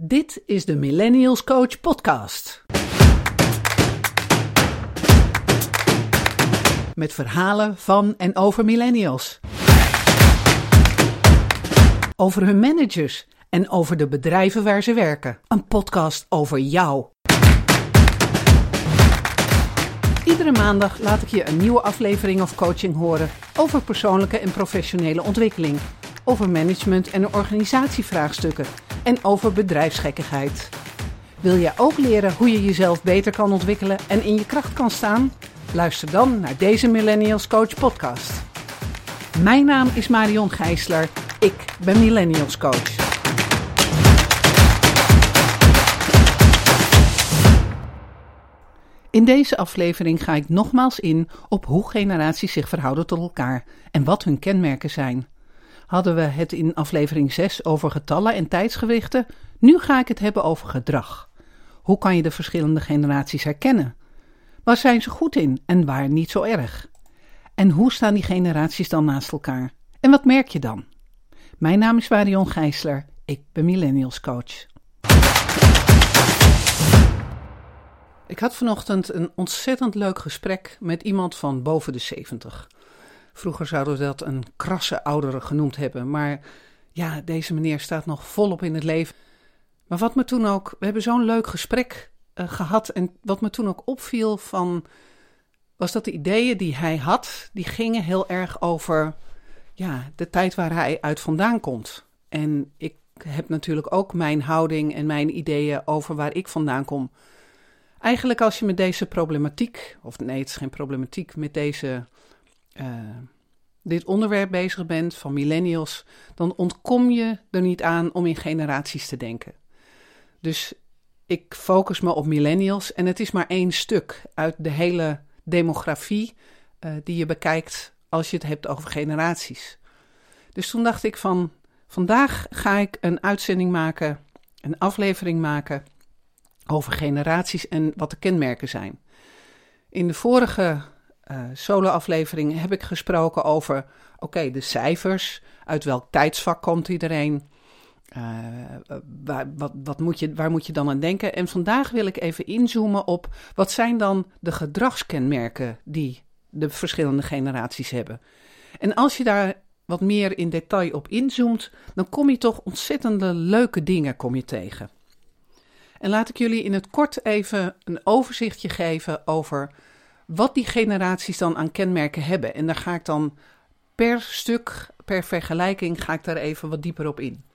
Dit is de Millennials Coach podcast. Met verhalen van en over millennials. Over hun managers en over de bedrijven waar ze werken. Een podcast over jou. Iedere maandag laat ik je een nieuwe aflevering of coaching horen over persoonlijke en professionele ontwikkeling, over management en organisatievraagstukken en over bedrijfsgekkigheid. Wil jij ook leren hoe je jezelf beter kan ontwikkelen en in je kracht kan staan? Luister dan naar deze Millennials Coach podcast. Mijn naam is Marion Gijsler. Ik ben Millennials Coach. In deze aflevering ga ik nogmaals in op hoe generaties zich verhouden tot elkaar en wat hun kenmerken zijn. Hadden we het in aflevering 6 over getallen en tijdsgewichten, nu ga ik het hebben over gedrag. Hoe kan je de verschillende generaties herkennen? Waar zijn ze goed in en waar niet zo erg? En hoe staan die generaties dan naast elkaar? En wat merk je dan? Mijn naam is Marion Gijsler, ik ben Millennials Coach. Ik had vanochtend een ontzettend leuk gesprek met iemand van boven de 70. Vroeger zouden we dat een krasse oudere genoemd hebben, maar ja, deze meneer staat nog volop in het leven. Maar wat me toen ook, we hebben zo'n leuk gesprek gehad en wat me toen ook opviel was dat de ideeën die hij had, die gingen heel erg over de tijd waar hij uit vandaan komt. En ik heb natuurlijk ook mijn houding en mijn ideeën over waar ik vandaan kom. Eigenlijk als je met deze problematiek, of nee, het is geen problematiek, met dit onderwerp bezig bent van millennials, dan ontkom je er niet aan om in generaties te denken. Dus ik focus me op millennials en het is maar één stuk uit de hele demografie die je bekijkt als je het hebt over generaties. Dus toen dacht ik vandaag ga ik een uitzending maken, een aflevering maken over generaties en wat de kenmerken zijn. In de vorige solo-aflevering heb ik gesproken over, de cijfers, uit welk tijdsvak komt iedereen, waar moet je dan aan denken? En vandaag wil ik even inzoomen op, wat zijn dan de gedragskenmerken die de verschillende generaties hebben? En als je daar wat meer in detail op inzoomt, dan kom je toch ontzettende leuke dingen tegen. En laat ik jullie in het kort even een overzichtje geven over wat die generaties dan aan kenmerken hebben. En daar ga ik dan per stuk, per vergelijking, ga ik daar even wat dieper op in.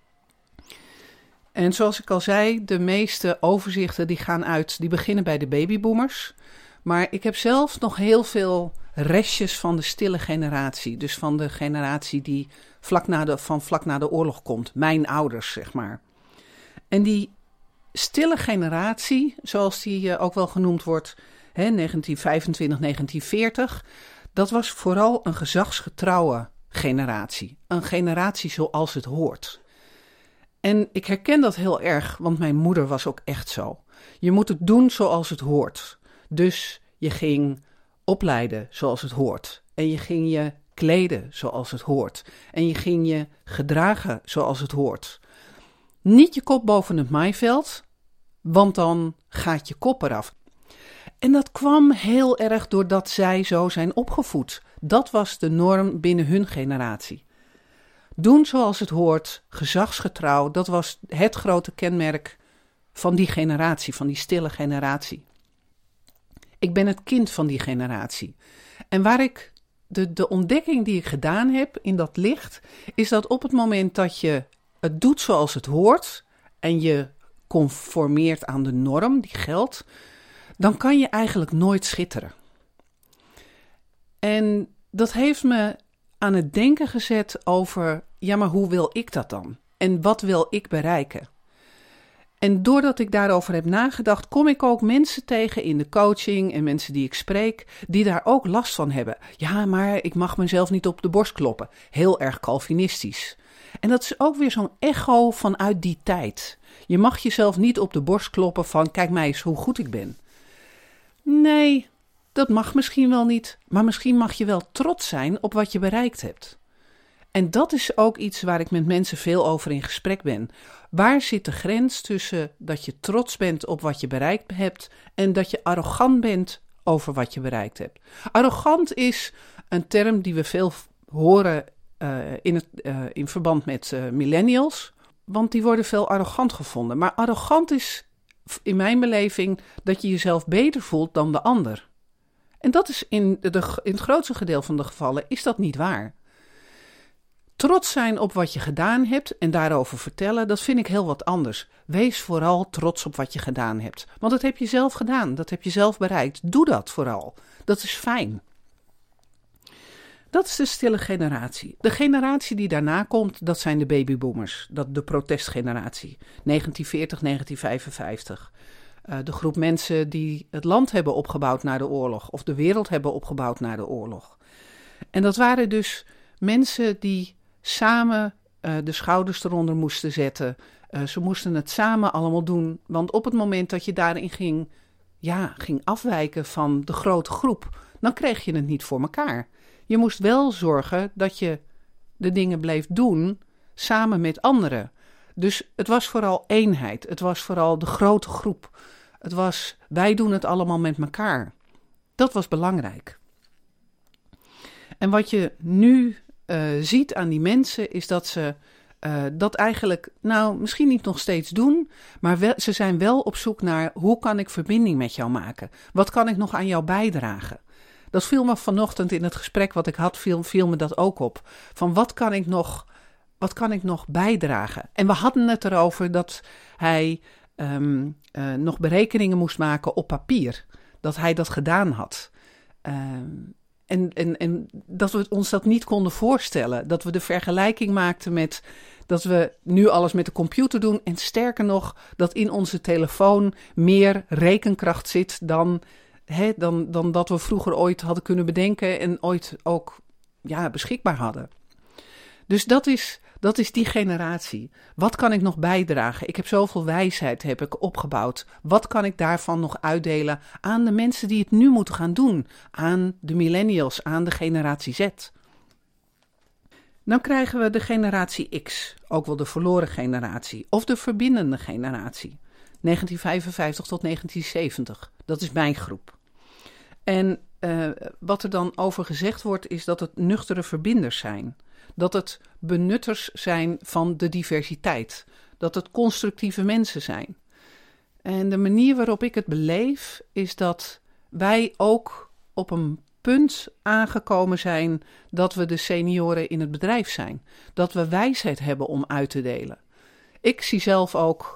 En zoals ik al zei, de meeste overzichten die beginnen bij de babyboomers. Maar ik heb zelf nog heel veel restjes van de stille generatie. Dus van de generatie die vlak na de oorlog komt. Mijn ouders, zeg maar. En die stille generatie, zoals die ook wel genoemd wordt, 1925, 1940, dat was vooral een gezagsgetrouwe generatie. Een generatie zoals het hoort. En ik herken dat heel erg, want mijn moeder was ook echt zo. Je moet het doen zoals het hoort. Dus je ging opleiden zoals het hoort. En je ging je kleden zoals het hoort. En je ging je gedragen zoals het hoort. Niet je kop boven het maaiveld, want dan gaat je kop eraf. En dat kwam heel erg doordat zij zo zijn opgevoed. Dat was de norm binnen hun generatie. Doen zoals het hoort, gezagsgetrouw, dat was het grote kenmerk van die generatie, van die stille generatie. Ik ben het kind van die generatie. En waar ik de ontdekking die ik gedaan heb in dat licht, is dat op het moment dat je het doet zoals het hoort en je conformeert aan de norm die geldt, dan kan je eigenlijk nooit schitteren. En dat heeft me aan het denken gezet over, maar hoe wil ik dat dan? En wat wil ik bereiken? En doordat ik daarover heb nagedacht, kom ik ook mensen tegen in de coaching en mensen die ik spreek, die daar ook last van hebben. Ja, maar ik mag mezelf niet op de borst kloppen. Heel erg Calvinistisch. En dat is ook weer zo'n echo vanuit die tijd. Je mag jezelf niet op de borst kloppen van, kijk mij eens hoe goed ik ben. Nee, dat mag misschien wel niet, maar misschien mag je wel trots zijn op wat je bereikt hebt. En dat is ook iets waar ik met mensen veel over in gesprek ben. Waar zit de grens tussen dat je trots bent op wat je bereikt hebt en dat je arrogant bent over wat je bereikt hebt? Arrogant is een term die we veel horen in verband met millennials, want die worden veel arrogant gevonden. Maar arrogant is in mijn beleving dat je jezelf beter voelt dan de ander. En dat is in het grootste gedeelte van de gevallen is dat niet waar. Trots zijn op wat je gedaan hebt en daarover vertellen, dat vind ik heel wat anders. Wees vooral trots op wat je gedaan hebt. Want dat heb je zelf gedaan, dat heb je zelf bereikt. Doe dat vooral. Dat is fijn. Dat is de stille generatie. De generatie die daarna komt, dat zijn de babyboomers. De protestgeneratie. 1940, 1955. De groep mensen die het land hebben opgebouwd na de oorlog. Of de wereld hebben opgebouwd na de oorlog. En dat waren dus mensen die samen de schouders eronder moesten zetten. Ze moesten het samen allemaal doen. Want op het moment dat je daarin ging afwijken van de grote groep, dan kreeg je het niet voor elkaar. Je moest wel zorgen dat je de dingen bleef doen samen met anderen. Dus het was vooral eenheid. Het was vooral de grote groep. Het was, wij doen het allemaal met elkaar. Dat was belangrijk. En wat je nu ziet aan die mensen is dat ze dat eigenlijk, misschien niet nog steeds doen, maar ze zijn wel op zoek naar hoe kan ik verbinding met jou maken? Wat kan ik nog aan jou bijdragen? Dat viel me vanochtend in het gesprek wat ik had, viel me dat ook op. Van wat kan ik nog bijdragen? En we hadden het erover dat hij nog berekeningen moest maken op papier. Dat hij dat gedaan had. En dat we ons dat niet konden voorstellen. Dat we de vergelijking maakten met dat we nu alles met de computer doen. En sterker nog, dat in onze telefoon meer rekenkracht zit dan dat we vroeger ooit hadden kunnen bedenken en ooit ook beschikbaar hadden. Dus dat is die generatie. Wat kan ik nog bijdragen? Ik heb zoveel wijsheid heb ik opgebouwd. Wat kan ik daarvan nog uitdelen aan de mensen die het nu moeten gaan doen? Aan de millennials, aan de generatie Z. Dan krijgen we de generatie X, ook wel de verloren generatie of de verbindende generatie. 1955 tot 1970, dat is mijn groep. En wat er dan over gezegd wordt is dat het nuchtere verbinders zijn. Dat het benutters zijn van de diversiteit. Dat het constructieve mensen zijn. En de manier waarop ik het beleef is dat wij ook op een punt aangekomen zijn dat we de senioren in het bedrijf zijn. Dat we wijsheid hebben om uit te delen. Ik zie zelf ook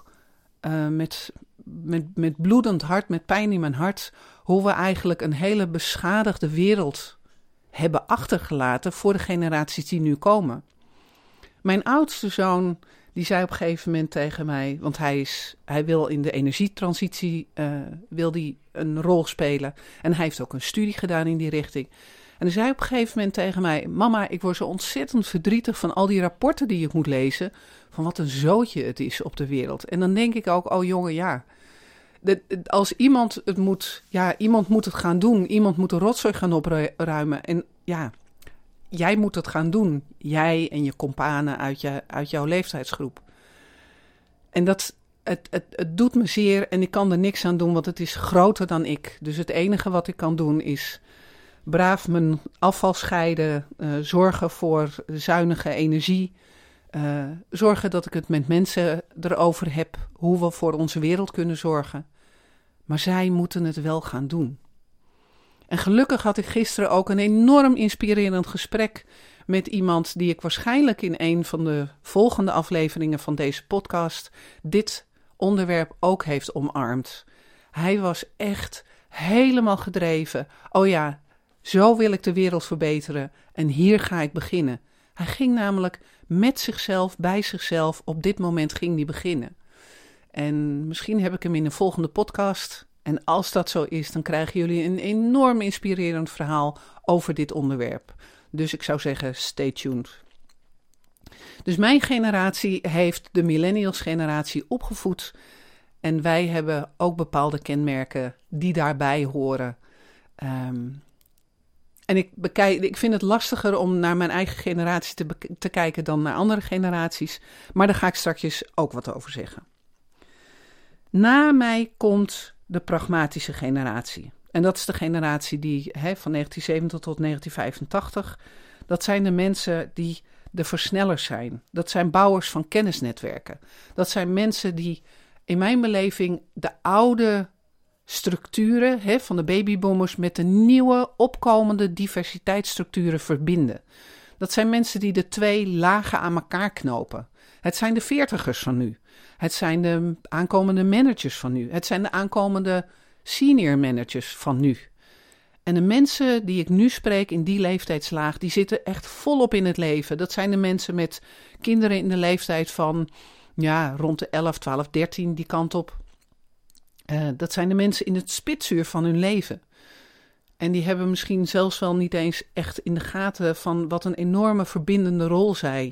met bloedend hart, met pijn in mijn hart, hoe we eigenlijk een hele beschadigde wereld hebben achtergelaten voor de generaties die nu komen. Mijn oudste zoon, die zei op een gegeven moment tegen mij, want hij wil in de energietransitie wil die een rol spelen. En hij heeft ook een studie gedaan in die richting. En hij zei op een gegeven moment tegen mij, mama, ik word zo ontzettend verdrietig van al die rapporten die ik moet lezen, van wat een zootje het is op de wereld. En dan denk ik ook, oh jongen, als iemand het moet, iemand moet het gaan doen. Iemand moet de rotzooi gaan opruimen. En jij moet het gaan doen. Jij en je companen uit jouw leeftijdsgroep. En het doet me zeer en ik kan er niks aan doen, want het is groter dan ik. Dus het enige wat ik kan doen is braaf mijn afval scheiden, zorgen voor zuinige energie. Zorgen dat ik het met mensen erover heb hoe we voor onze wereld kunnen zorgen. Maar zij moeten het wel gaan doen. En gelukkig had ik gisteren ook een enorm inspirerend gesprek met iemand die ik waarschijnlijk in een van de volgende afleveringen van deze podcast dit onderwerp ook heeft omarmd. Hij was echt helemaal gedreven. Oh ja, zo wil ik de wereld verbeteren en hier ga ik beginnen. Hij ging namelijk met zichzelf, bij zichzelf, op dit moment ging hij beginnen. En misschien heb ik hem in een volgende podcast. En als dat zo is, dan krijgen jullie een enorm inspirerend verhaal over dit onderwerp. Dus ik zou zeggen, stay tuned. Dus mijn generatie heeft de millennials generatie opgevoed. En wij hebben ook bepaalde kenmerken die daarbij horen. En ik vind het lastiger om naar mijn eigen generatie te kijken dan naar andere generaties. Maar daar ga ik straks ook wat over zeggen. Na mij komt de pragmatische generatie. En dat is de generatie die van 1970 tot 1985... dat zijn de mensen die de versnellers zijn. Dat zijn bouwers van kennisnetwerken. Dat zijn mensen die in mijn beleving de oude structuren van de babyboomers met de nieuwe opkomende diversiteitsstructuren verbinden. Dat zijn mensen die de twee lagen aan elkaar knopen. Het zijn de 40ers van nu. Het zijn de aankomende managers van nu. Het zijn de aankomende senior managers van nu. En de mensen die ik nu spreek in die leeftijdslaag, die zitten echt volop in het leven. Dat zijn de mensen met kinderen in de leeftijd van rond de 11, 12, 13, die kant op. Dat zijn de mensen in het spitsuur van hun leven. En die hebben misschien zelfs wel niet eens echt in de gaten van wat een enorme verbindende rol zij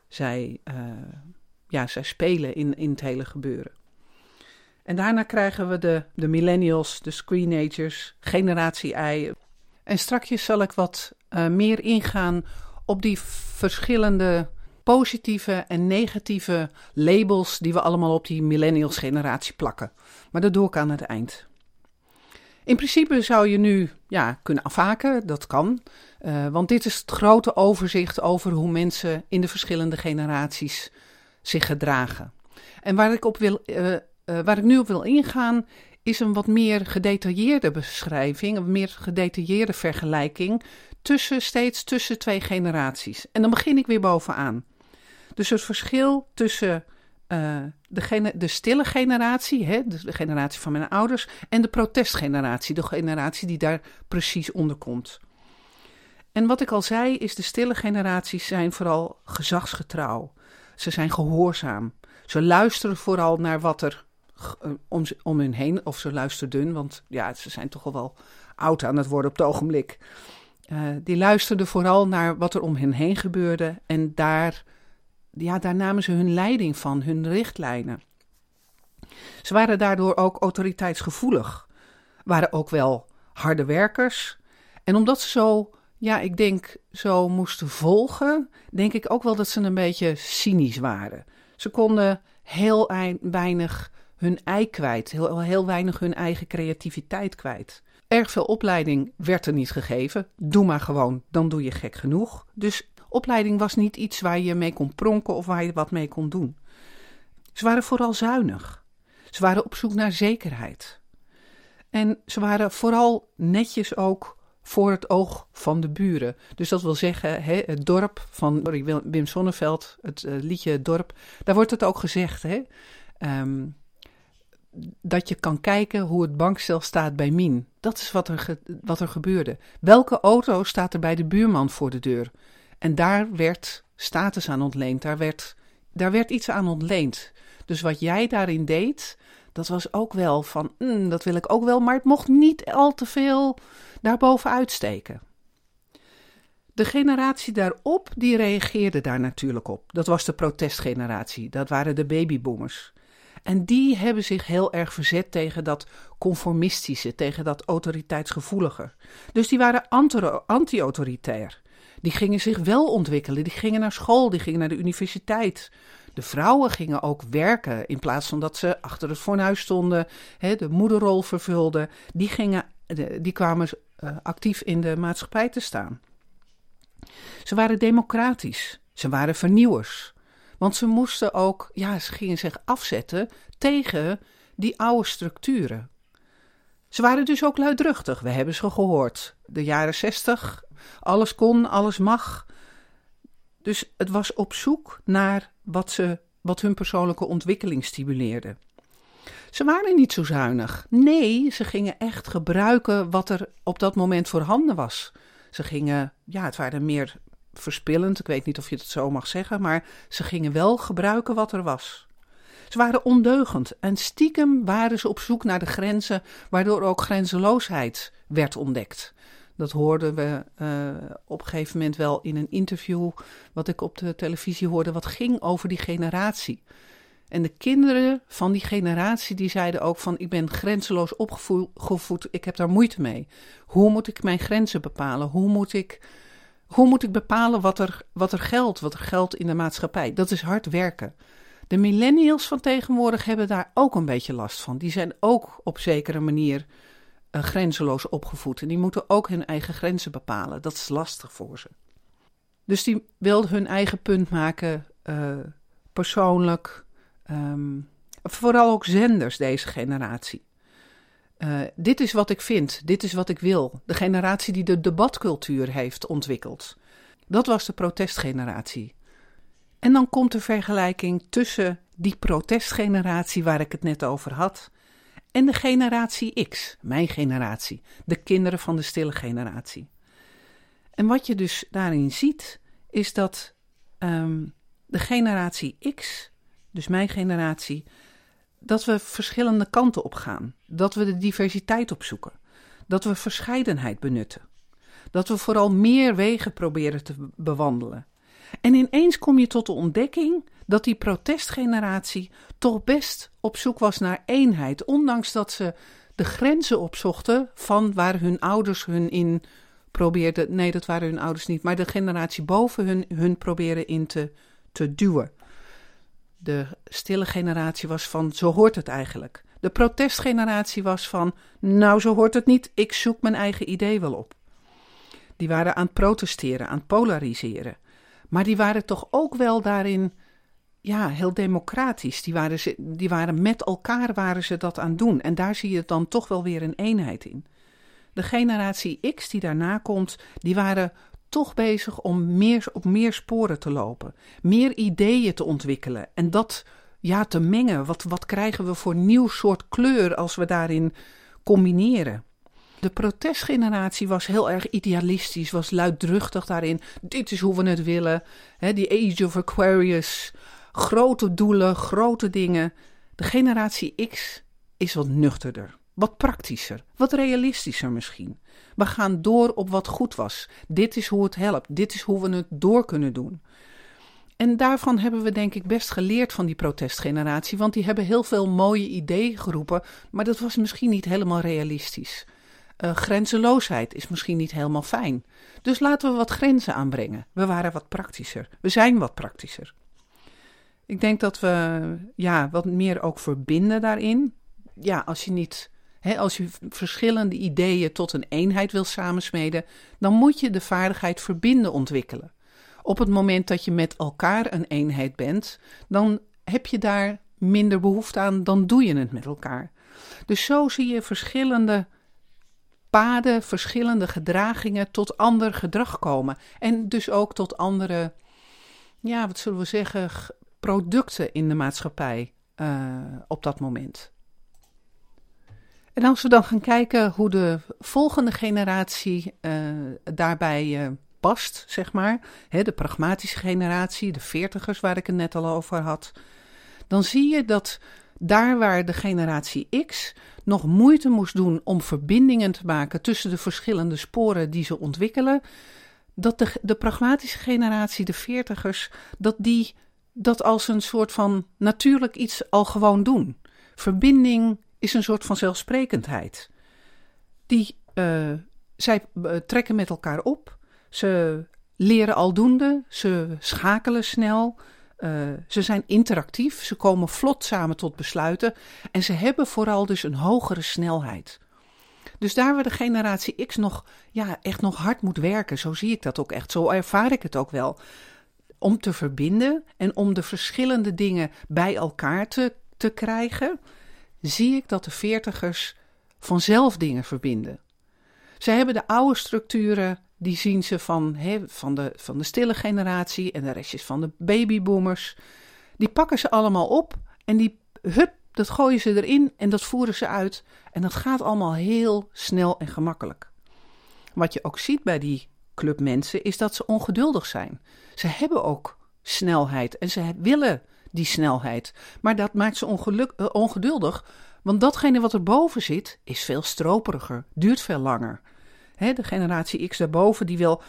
spelen in het hele gebeuren. En daarna krijgen we de millennials, de screenagers, generatie I. En strakjes zal ik wat meer ingaan op die verschillende positieve en negatieve labels die we allemaal op die millennials generatie plakken. Maar dat doe ik aan het eind. In principe zou je nu kunnen afhaken, dat kan. Want dit is het grote overzicht over hoe mensen in de verschillende generaties zich gedragen. En waar ik nu op wil ingaan is een wat meer gedetailleerde beschrijving, een meer gedetailleerde vergelijking tussen twee generaties. En dan begin ik weer bovenaan. Dus het verschil tussen de stille generatie, de generatie van mijn ouders, en de protestgeneratie, de generatie die daar precies onder komt. En wat ik al zei is, de stille generaties zijn vooral gezagsgetrouw. Ze zijn gehoorzaam. Ze luisteren vooral naar wat er om hun heen, of ze luisterden, want ze zijn toch al wel oud aan het worden op het ogenblik. Die luisterden vooral naar wat er om hen heen gebeurde en daar namen ze hun leiding van, hun richtlijnen. Ze waren daardoor ook autoriteitsgevoelig, waren ook wel harde werkers. En omdat ze zo moesten volgen, denk ik ook wel dat ze een beetje cynisch waren. Ze konden heel weinig hun ei kwijt, heel weinig hun eigen creativiteit kwijt. Erg veel opleiding werd er niet gegeven. Doe maar gewoon, dan doe je gek genoeg. Dus opleiding was niet iets waar je mee kon pronken of waar je wat mee kon doen. Ze waren vooral zuinig. Ze waren op zoek naar zekerheid. En ze waren vooral netjes ook voor het oog van de buren. Dus dat wil zeggen, het dorp van Wim Sonneveld, het liedje Het Dorp, daar wordt het ook gezegd, dat je kan kijken hoe het bankstel staat bij Mien. Dat is wat er gebeurde. Welke auto staat er bij de buurman voor de deur? En daar werd status aan ontleend, daar werd iets aan ontleend. Dus wat jij daarin deed, dat was ook wel van, dat wil ik ook wel, maar het mocht niet al te veel daarboven uitsteken. De generatie daarop, die reageerde daar natuurlijk op. Dat was de protestgeneratie, dat waren de babyboomers. En die hebben zich heel erg verzet tegen dat conformistische, tegen dat autoriteitsgevoelige. Dus die waren anti-autoritair. Die gingen zich wel ontwikkelen, die gingen naar school, die gingen naar de universiteit. De vrouwen gingen ook werken in plaats van dat ze achter het fornuis stonden, de moederrol vervulden. Die kwamen actief in de maatschappij te staan. Ze waren democratisch, ze waren vernieuwers. Want ze moesten ook, ze gingen zich afzetten tegen die oude structuren. Ze waren dus ook luidruchtig, we hebben ze gehoord. De jaren 60, alles kon, alles mag. Dus het was op zoek naar wat hun persoonlijke ontwikkeling stimuleerde. Ze waren niet zo zuinig. Nee, ze gingen echt gebruiken wat er op dat moment voorhanden was. Ze gingen, het waren meer verspillend, ik weet niet of je het zo mag zeggen, maar ze gingen wel gebruiken wat er was. Ze waren ondeugend en stiekem waren ze op zoek naar de grenzen, waardoor ook grenzeloosheid werd ontdekt. Dat hoorden we op een gegeven moment wel in een interview wat ik op de televisie hoorde, wat ging over die generatie. En de kinderen van die generatie die zeiden ook van ik ben grenzeloos opgevoed, ik heb daar moeite mee. Hoe moet ik mijn grenzen bepalen? Hoe moet ik bepalen wat er geldt in de maatschappij? Dat is hard werken. De millennials van tegenwoordig hebben daar ook een beetje last van. Die zijn ook op zekere manier grenzeloos opgevoed. En die moeten ook hun eigen grenzen bepalen. Dat is lastig voor ze. Dus die wilden hun eigen punt maken, persoonlijk. Vooral ook zenders, deze generatie. Dit is wat ik vind, dit is wat ik wil. De generatie die de debatcultuur heeft ontwikkeld. Dat was de protestgeneratie. En dan komt de vergelijking tussen die protestgeneratie waar ik het net over had en de generatie X, mijn generatie, de kinderen van de stille generatie. En wat je dus daarin ziet, is dat de generatie X, dus mijn generatie, dat we verschillende kanten op gaan. Dat we de diversiteit opzoeken. Dat we verscheidenheid benutten. Dat we vooral meer wegen proberen te bewandelen. En ineens kom je tot de ontdekking dat die protestgeneratie toch best op zoek was naar eenheid. Ondanks dat ze de grenzen opzochten van waar hun ouders hun in probeerden. Nee, dat waren hun ouders niet. Maar de generatie boven hun probeerden in te duwen. De stille generatie was van, zo hoort het eigenlijk. De protestgeneratie was van, nou zo hoort het niet, ik zoek mijn eigen idee wel op. Die waren aan het protesteren, aan het polariseren. Maar die waren toch ook wel daarin, ja, heel democratisch. Die waren met elkaar waren ze dat aan het doen. En daar zie je dan toch wel weer een eenheid in. De generatie X die daarna komt, die waren toch bezig om op meer sporen te lopen. Meer ideeën te ontwikkelen. En dat te mengen. Wat krijgen we voor nieuw soort kleur als we daarin combineren? De protestgeneratie was heel erg idealistisch, was luidruchtig daarin. Dit is hoe we het willen. Die Age of Aquarius. Grote doelen, grote dingen. De generatie X is wat nuchterder. Wat praktischer, wat realistischer misschien. We gaan door op wat goed was. Dit is hoe het helpt. Dit is hoe we het door kunnen doen. En daarvan hebben we denk ik best geleerd van die protestgeneratie. Want die hebben heel veel mooie ideeën geroepen. Maar dat was misschien niet helemaal realistisch. Grenzeloosheid is misschien niet helemaal fijn. Dus laten we wat grenzen aanbrengen. We waren wat praktischer. We zijn wat praktischer. Ik denk dat we wat meer ook verbinden daarin. Ja, als je verschillende ideeën tot een eenheid wil samensmeden, dan moet je de vaardigheid verbinden ontwikkelen. Op het moment dat je met elkaar een eenheid bent, dan heb je daar minder behoefte aan, dan doe je het met elkaar. Dus zo zie je verschillende paden, verschillende gedragingen tot ander gedrag komen. En dus ook tot andere, wat zullen we zeggen, producten in de maatschappij op dat moment. En als we dan gaan kijken hoe de volgende generatie daarbij past, zeg maar, de pragmatische generatie, de 40ers waar ik het net al over had, dan zie je dat daar waar de generatie X nog moeite moest doen om verbindingen te maken tussen de verschillende sporen die ze ontwikkelen, dat de pragmatische generatie, de 40ers, dat als een soort van natuurlijk iets al gewoon doen. Verbinding is een soort van zelfsprekendheid. Zij trekken met elkaar op. Ze leren aldoende. Ze schakelen snel. Ze zijn interactief. Ze komen vlot samen tot besluiten. En ze hebben vooral dus een hogere snelheid. Dus daar waar de generatie X echt nog hard moet werken. Zo zie ik dat ook echt. Zo ervaar ik het ook wel. Om te verbinden en om de verschillende dingen bij elkaar te krijgen, zie ik dat de 40ers vanzelf dingen verbinden. Ze hebben de oude structuren, die zien ze van de stille generatie en de restjes van de babyboomers. Die pakken ze allemaal op en dat gooien ze erin en dat voeren ze uit. En dat gaat allemaal heel snel en gemakkelijk. Wat je ook ziet bij die club mensen is dat ze ongeduldig zijn. Ze hebben ook snelheid en ze willen die snelheid. Maar dat maakt ze ongeduldig, want datgene wat erboven zit is veel stroperiger, duurt veel langer. De generatie X daarboven die wil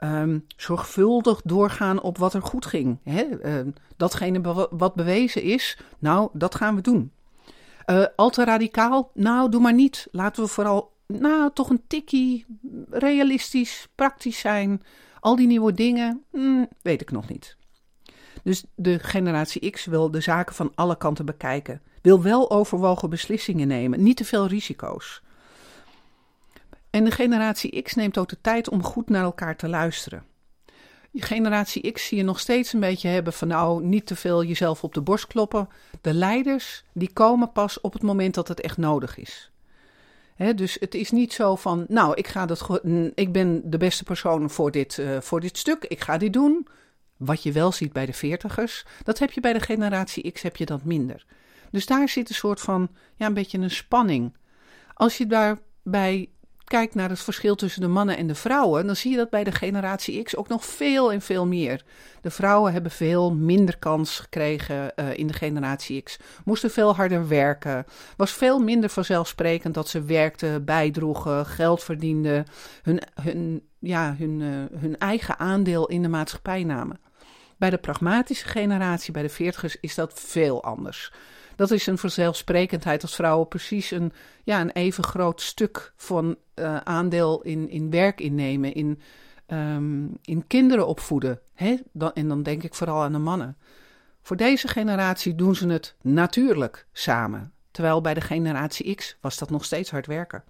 zorgvuldig doorgaan op wat er goed ging. Hè? Datgene wat bewezen is, nou, dat gaan we doen. Al te radicaal, nou, doe maar niet. Laten we vooral, toch een tikkie realistisch, praktisch zijn. Al die nieuwe dingen, weet ik nog niet. Dus de generatie X wil de zaken van alle kanten bekijken. Wil wel overwogen beslissingen nemen, niet te veel risico's. En de generatie X neemt ook de tijd om goed naar elkaar te luisteren. Die generatie X zie je nog steeds een beetje hebben van niet te veel jezelf op de borst kloppen. De leiders, die komen pas op het moment dat het echt nodig is. Dus het is niet zo van, ik ben de beste persoon voor dit stuk, ik ga dit doen. Wat je wel ziet bij de 40ers, dat heb je bij de generatie X, heb je dat minder. Dus daar zit een soort van, een beetje een spanning. Als je daarbij kijkt naar het verschil tussen de mannen en de vrouwen, dan zie je dat bij de generatie X ook nog veel en veel meer. De vrouwen hebben veel minder kans gekregen in de generatie X. Moesten veel harder werken. Was veel minder vanzelfsprekend dat ze werkten, bijdroegen, geld verdienden, hun eigen aandeel in de maatschappij namen. Bij de pragmatische generatie, bij de 40ers, is dat veel anders. Dat is een vanzelfsprekendheid dat vrouwen precies een even groot stuk van aandeel in werk innemen, in kinderen opvoeden. En dan denk ik vooral aan de mannen. Voor deze generatie doen ze het natuurlijk samen. Terwijl bij de generatie X was dat nog steeds hard werken.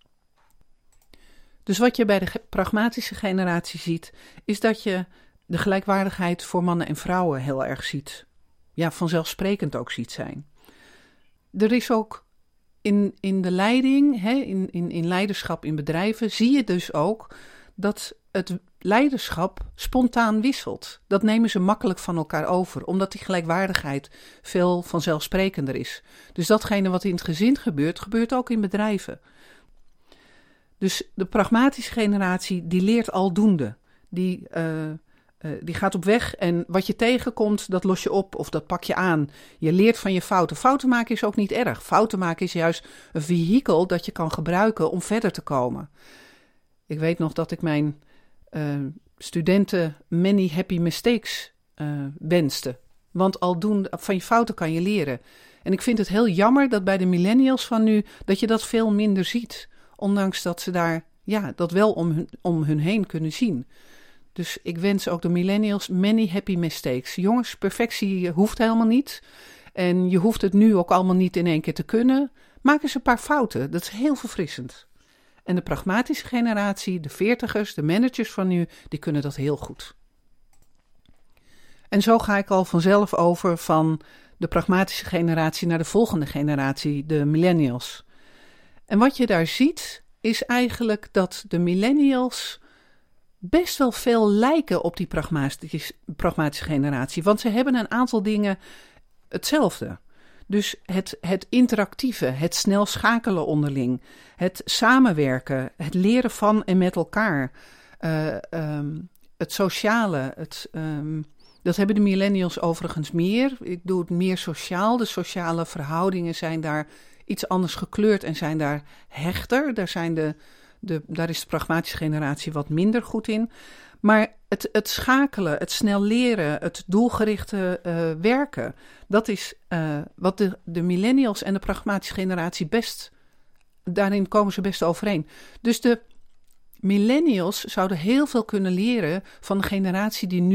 Dus wat je bij de pragmatische generatie ziet, is dat je de gelijkwaardigheid voor mannen en vrouwen heel erg ziet. Ja, vanzelfsprekend ook ziet zijn. Er is ook in de leiding, in leiderschap in bedrijven, zie je dus ook dat het leiderschap spontaan wisselt. Dat nemen ze makkelijk van elkaar over, omdat die gelijkwaardigheid veel vanzelfsprekender is. Dus datgene wat in het gezin gebeurt, gebeurt ook in bedrijven. Dus de pragmatische generatie, die leert aldoende. Die gaat op weg en wat je tegenkomt, dat los je op of dat pak je aan. Je leert van je fouten. Fouten maken is ook niet erg. Fouten maken is juist een vehikel dat je kan gebruiken om verder te komen. Ik weet nog dat ik mijn studenten many happy mistakes wenste. Want aldoende, van je fouten kan je leren. En ik vind het heel jammer dat bij de millennials van nu, dat je dat veel minder ziet. Ondanks dat ze daar dat wel om hun heen kunnen zien. Dus ik wens ook de millennials many happy mistakes. Jongens, perfectie hoeft helemaal niet. En je hoeft het nu ook allemaal niet in één keer te kunnen. Maak eens een paar fouten. Dat is heel verfrissend. En de pragmatische generatie, de 40ers, de managers van nu, die kunnen dat heel goed. En zo ga ik al vanzelf over van de pragmatische generatie naar de volgende generatie, de millennials. En wat je daar ziet, is eigenlijk dat de millennials best wel veel lijken op die pragmatische generatie. Want ze hebben een aantal dingen hetzelfde. Dus het interactieve, het snel schakelen onderling, het samenwerken, het leren van en met elkaar, het sociale, dat hebben de millennials overigens meer. Ik doe het meer sociaal. De sociale verhoudingen zijn daar iets anders gekleurd en zijn daar hechter. Daar is de pragmatische generatie wat minder goed in. Maar het schakelen, het snel leren, het doelgerichte werken, dat is wat de millennials en de pragmatische generatie daarin komen ze best overeen. Dus de millennials zouden heel veel kunnen leren van de generatie die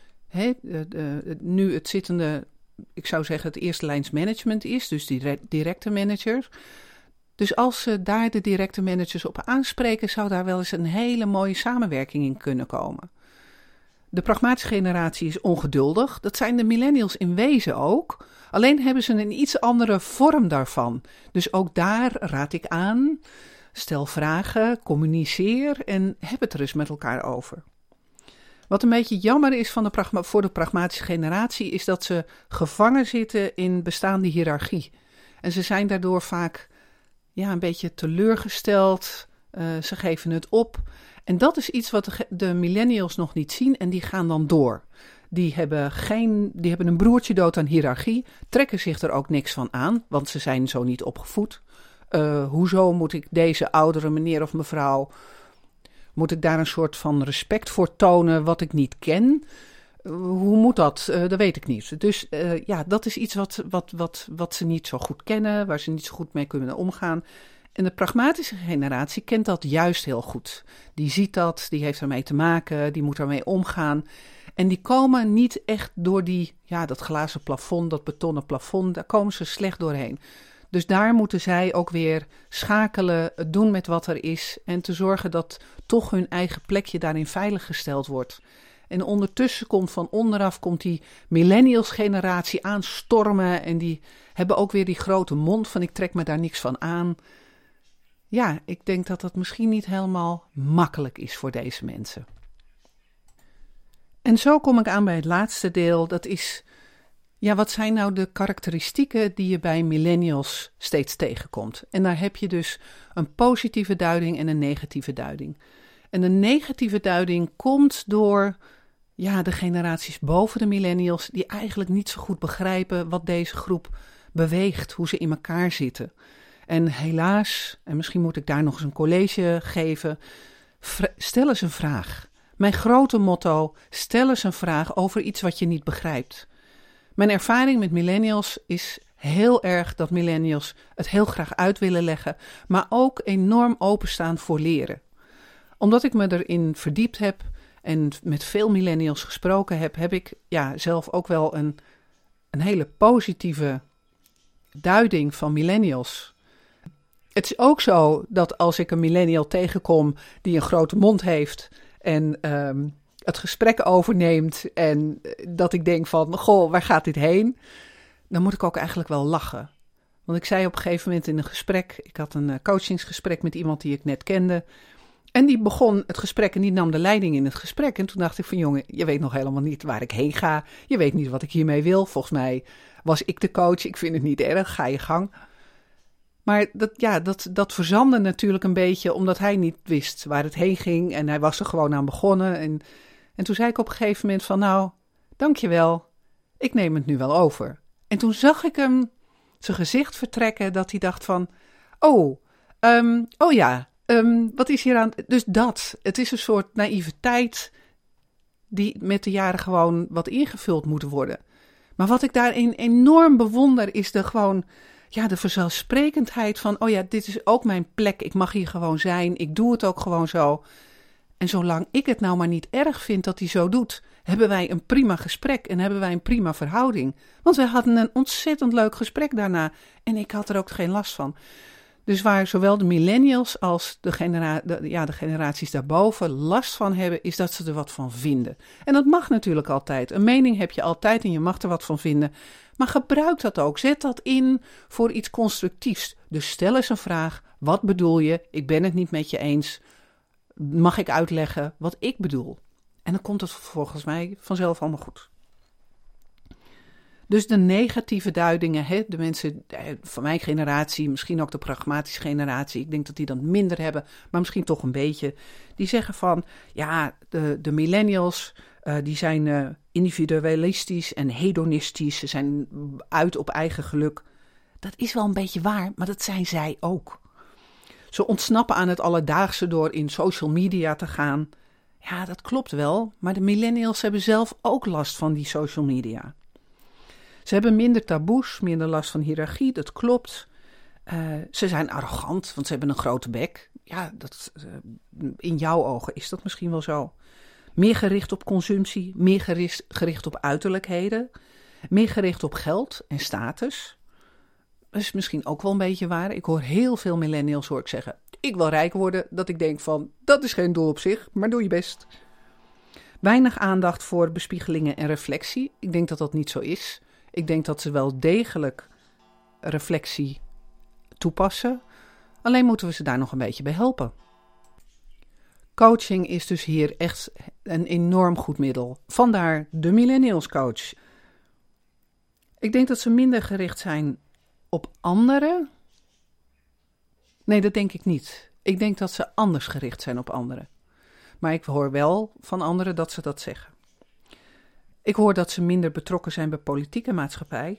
nu het zittende, ik zou zeggen het eerste lijns management is, dus die directe manager. Dus als ze daar de directe managers op aanspreken, zou daar wel eens een hele mooie samenwerking in kunnen komen. De pragmatische generatie is ongeduldig. Dat zijn de millennials in wezen ook. Alleen hebben ze een iets andere vorm daarvan. Dus ook daar raad ik aan. Stel vragen, communiceer en heb het er eens met elkaar over. Wat een beetje jammer is voor de pragmatische generatie is dat ze gevangen zitten in bestaande hiërarchie. En ze zijn daardoor vaak een beetje teleurgesteld. Ze geven het op. En dat is iets wat de millennials nog niet zien en die gaan dan door. Die hebben een broertje dood aan hiërarchie, trekken zich er ook niks van aan, want ze zijn zo niet opgevoed. Hoezo moet ik deze oudere meneer of mevrouw, Moet ik daar een soort van respect voor tonen wat ik niet ken? Hoe moet dat? Dat weet ik niet. Dus dat is iets wat ze niet zo goed kennen, waar ze niet zo goed mee kunnen omgaan. En de pragmatische generatie kent dat juist heel goed. Die ziet dat, die heeft ermee te maken, die moet ermee omgaan. En die komen niet echt door dat glazen plafond, dat betonnen plafond, daar komen ze slecht doorheen. Dus daar moeten zij ook weer schakelen, het doen met wat er is en te zorgen dat toch hun eigen plekje daarin veiliggesteld wordt. En ondertussen komt van onderaf die millennials generatie aanstormen en die hebben ook weer die grote mond van ik trek me daar niks van aan. Ja, ik denk dat dat misschien niet helemaal makkelijk is voor deze mensen. En zo kom ik aan bij het laatste deel, dat is, wat zijn nou de karakteristieken die je bij millennials steeds tegenkomt? En daar heb je dus een positieve duiding en een negatieve duiding. En de negatieve duiding komt door de generaties boven de millennials, die eigenlijk niet zo goed begrijpen wat deze groep beweegt, hoe ze in elkaar zitten. En helaas, en misschien moet ik daar nog eens een college geven, stel eens een vraag. Mijn grote motto, stel eens een vraag over iets wat je niet begrijpt. Mijn ervaring met millennials is heel erg dat millennials het heel graag uit willen leggen, maar ook enorm openstaan voor leren. Omdat ik me erin verdiept heb en met veel millennials gesproken heb ik zelf ook wel een hele positieve duiding van millennials. Het is ook zo dat als ik een millennial tegenkom die een grote mond heeft en het gesprek overneemt en dat ik denk van, goh, waar gaat dit heen? Dan moet ik ook eigenlijk wel lachen. Want ik zei op een gegeven moment in een gesprek, ik had een coachingsgesprek met iemand die ik net kende. En die begon het gesprek en die nam de leiding in het gesprek. En toen dacht ik van, jongen, je weet nog helemaal niet waar ik heen ga. Je weet niet wat ik hiermee wil. Volgens mij was ik de coach, ik vind het niet erg, ga je gang. Maar dat verzandde natuurlijk een beetje, omdat hij niet wist waar het heen ging. En hij was er gewoon aan begonnen. En toen zei ik op een gegeven moment van, nou, dankjewel, ik neem het nu wel over. En toen zag ik hem zijn gezicht vertrekken, dat hij dacht van, wat is hier aan... Dus het is een soort naïviteit die met de jaren gewoon wat ingevuld moet worden. Maar wat ik daarin enorm bewonder is de vanzelfsprekendheid van, dit is ook mijn plek, ik mag hier gewoon zijn, ik doe het ook gewoon zo. En zolang ik het nou maar niet erg vind dat hij zo doet, hebben wij een prima gesprek en hebben wij een prima verhouding. Want wij hadden een ontzettend leuk gesprek daarna en ik had er ook geen last van. Dus waar zowel de millennials als de generaties daarboven last van hebben, is dat ze er wat van vinden. En dat mag natuurlijk altijd. Een mening heb je altijd en je mag er wat van vinden. Maar gebruik dat ook. Zet dat in voor iets constructiefs. Dus stel eens een vraag. Wat bedoel je? Ik ben het niet met je eens. Mag ik uitleggen wat ik bedoel? En dan komt het volgens mij vanzelf allemaal goed. Dus de negatieve duidingen, de mensen van mijn generatie, misschien ook de pragmatische generatie, ik denk dat die dan minder hebben, maar misschien toch een beetje, die zeggen van, de millennials, die zijn individualistisch en hedonistisch, ze zijn uit op eigen geluk. Dat is wel een beetje waar, maar dat zijn zij ook. Ze ontsnappen aan het alledaagse door in social media te gaan. Ja, dat klopt wel, maar de millennials hebben zelf ook last van die social media. Ze hebben minder taboes, minder last van hiërarchie, dat klopt. Ze zijn arrogant, want ze hebben een grote bek. Ja, in jouw ogen is dat misschien wel zo. Meer gericht op consumptie, meer gericht op uiterlijkheden. Meer gericht op geld en status. Dat is misschien ook wel een beetje waar. Ik hoor heel veel millennials zeggen, ik wil rijk worden. Dat ik denk van, dat is geen doel op zich, maar doe je best. Weinig aandacht voor bespiegelingen en reflectie. Ik denk dat dat niet zo is. Ik denk dat ze wel degelijk reflectie toepassen. Alleen moeten we ze daar nog een beetje bij helpen. Coaching is dus hier echt een enorm goed middel. Vandaar de millennials coach. Ik denk dat ze minder gericht zijn op anderen. Nee, dat denk ik niet. Ik denk dat ze anders gericht zijn op anderen. Maar ik hoor wel van anderen dat ze dat zeggen. Ik hoor dat ze minder betrokken zijn bij politiek en maatschappij.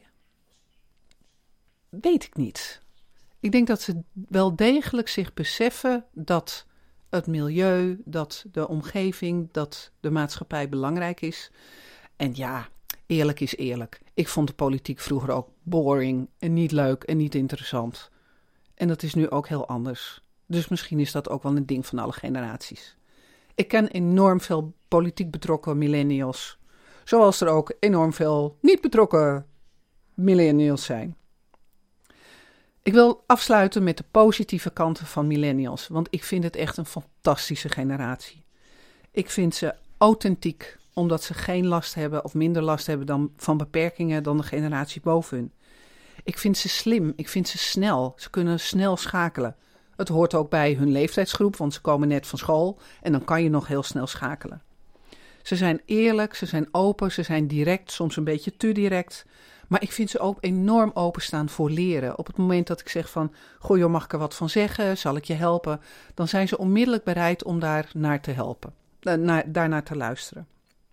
Weet ik niet. Ik denk dat ze wel degelijk zich beseffen dat het milieu, dat de omgeving, dat de maatschappij belangrijk is. En ja, eerlijk is eerlijk. Ik vond de politiek vroeger ook boring en niet leuk en niet interessant. En dat is nu ook heel anders. Dus misschien is dat ook wel een ding van alle generaties. Ik ken enorm veel politiek betrokken millennials. Zoals er ook enorm veel niet betrokken millennials zijn. Ik wil afsluiten met de positieve kanten van millennials. Want ik vind het echt een fantastische generatie. Ik vind ze authentiek, omdat ze geen last hebben of minder last hebben dan van beperkingen dan de generatie boven hun. Ik vind ze slim, ik vind ze snel. Ze kunnen snel schakelen. Het hoort ook bij hun leeftijdsgroep, want ze komen net van school en dan kan je nog heel snel schakelen. Ze zijn eerlijk, ze zijn open, ze zijn direct, soms een beetje te direct. Maar ik vind ze ook enorm openstaan voor leren. Op het moment dat ik zeg van, goh joh, mag ik er wat van zeggen? Zal ik je helpen? Dan zijn ze onmiddellijk bereid om daar naar te helpen, daarnaar te luisteren.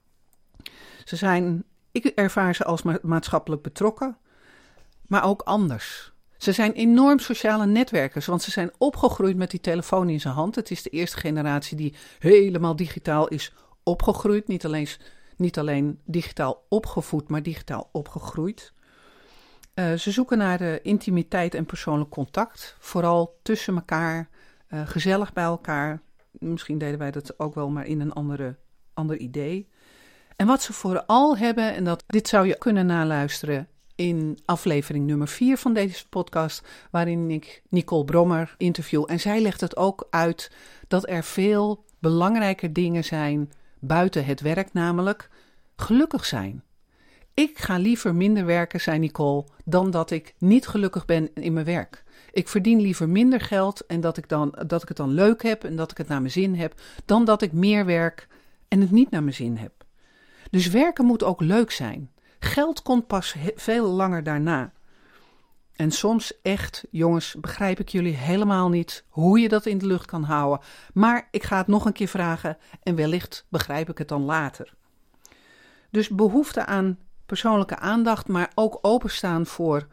Ik ervaar ze als maatschappelijk betrokken, maar ook anders. Ze zijn enorm sociale netwerkers, want ze zijn opgegroeid met die telefoon in zijn hand. Het is de eerste generatie die helemaal digitaal is opgegroeid. Niet alleen digitaal opgevoed, maar digitaal opgegroeid. Ze zoeken naar de intimiteit en persoonlijk contact. Vooral tussen elkaar, gezellig bij elkaar. Misschien deden wij dat ook wel, maar in een ander idee. En wat ze vooral hebben, en dit zou je kunnen naluisteren in aflevering nummer 4 van deze podcast, waarin ik Nicole Brommer interview. En zij legt het ook uit dat er veel belangrijker dingen zijn buiten het werk, namelijk gelukkig zijn. Ik ga liever minder werken, zei Nicole, dan dat ik niet gelukkig ben in mijn werk. Ik verdien liever minder geld en dat ik het dan leuk heb en dat ik het naar mijn zin heb, dan dat ik meer werk en het niet naar mijn zin heb. Dus werken moet ook leuk zijn. Geld komt pas veel langer daarna. En soms echt, jongens, begrijp ik jullie helemaal niet hoe je dat in de lucht kan houden. Maar ik ga het nog een keer vragen en wellicht begrijp ik het dan later. Dus behoefte aan persoonlijke aandacht, maar ook openstaan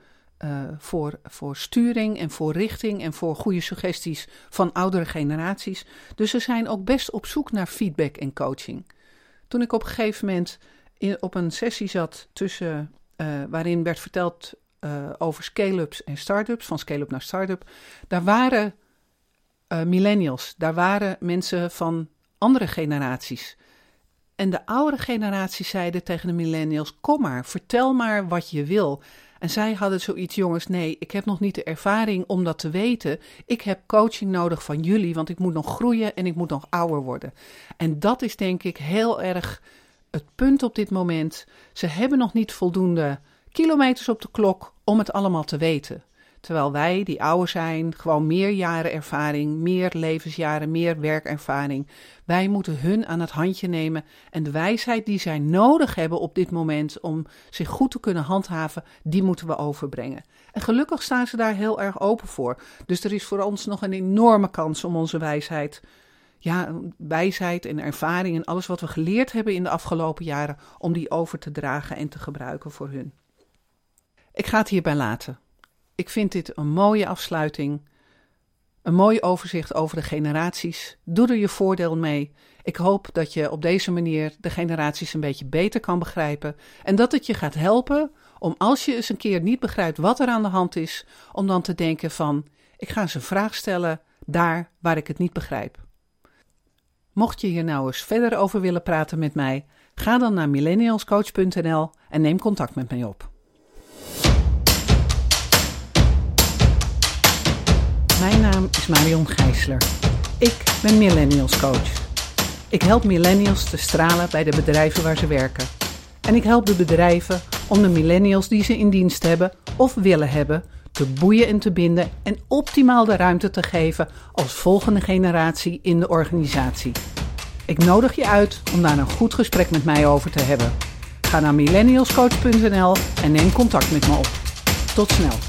voor sturing en voor richting en voor goede suggesties van oudere generaties. Dus ze zijn ook best op zoek naar feedback en coaching. Toen ik op een gegeven moment op een sessie zat waarin werd verteld over scale-ups en start-ups, van scale-up naar start-up, daar waren millennials, daar waren mensen van andere generaties. En de oudere generaties zeiden tegen de millennials, kom maar, vertel maar wat je wil. En zij hadden zoiets, jongens, nee, ik heb nog niet de ervaring om dat te weten. Ik heb coaching nodig van jullie, want ik moet nog groeien en ik moet nog ouder worden. En dat is denk ik heel erg het punt op dit moment. Ze hebben nog niet voldoende kilometers op de klok om het allemaal te weten. Terwijl wij, die ouder zijn, gewoon meer jaren ervaring, meer levensjaren, meer werkervaring. Wij moeten hun aan het handje nemen en de wijsheid die zij nodig hebben op dit moment om zich goed te kunnen handhaven, die moeten we overbrengen. En gelukkig staan ze daar heel erg open voor. Dus er is voor ons nog een enorme kans om onze wijsheid en ervaring en alles wat we geleerd hebben in de afgelopen jaren, om die over te dragen en te gebruiken voor hun. Ik ga het hierbij laten. Ik vind dit een mooie afsluiting, een mooi overzicht over de generaties. Doe er je voordeel mee. Ik hoop dat je op deze manier de generaties een beetje beter kan begrijpen en dat het je gaat helpen om, als je eens een keer niet begrijpt wat er aan de hand is, om dan te denken van, ik ga eens een vraag stellen daar waar ik het niet begrijp. Mocht je hier nou eens verder over willen praten met mij, ga dan naar millennialscoach.nl en neem contact met mij op. Mijn naam is Marion Gijsler. Ik ben Millennials Coach. Ik help millennials te stralen bij de bedrijven waar ze werken. En ik help de bedrijven om de millennials die ze in dienst hebben of willen hebben te boeien en te binden en optimaal de ruimte te geven als volgende generatie in de organisatie. Ik nodig je uit om daar een goed gesprek met mij over te hebben. Ga naar millennialscoach.nl en neem contact met me op. Tot snel.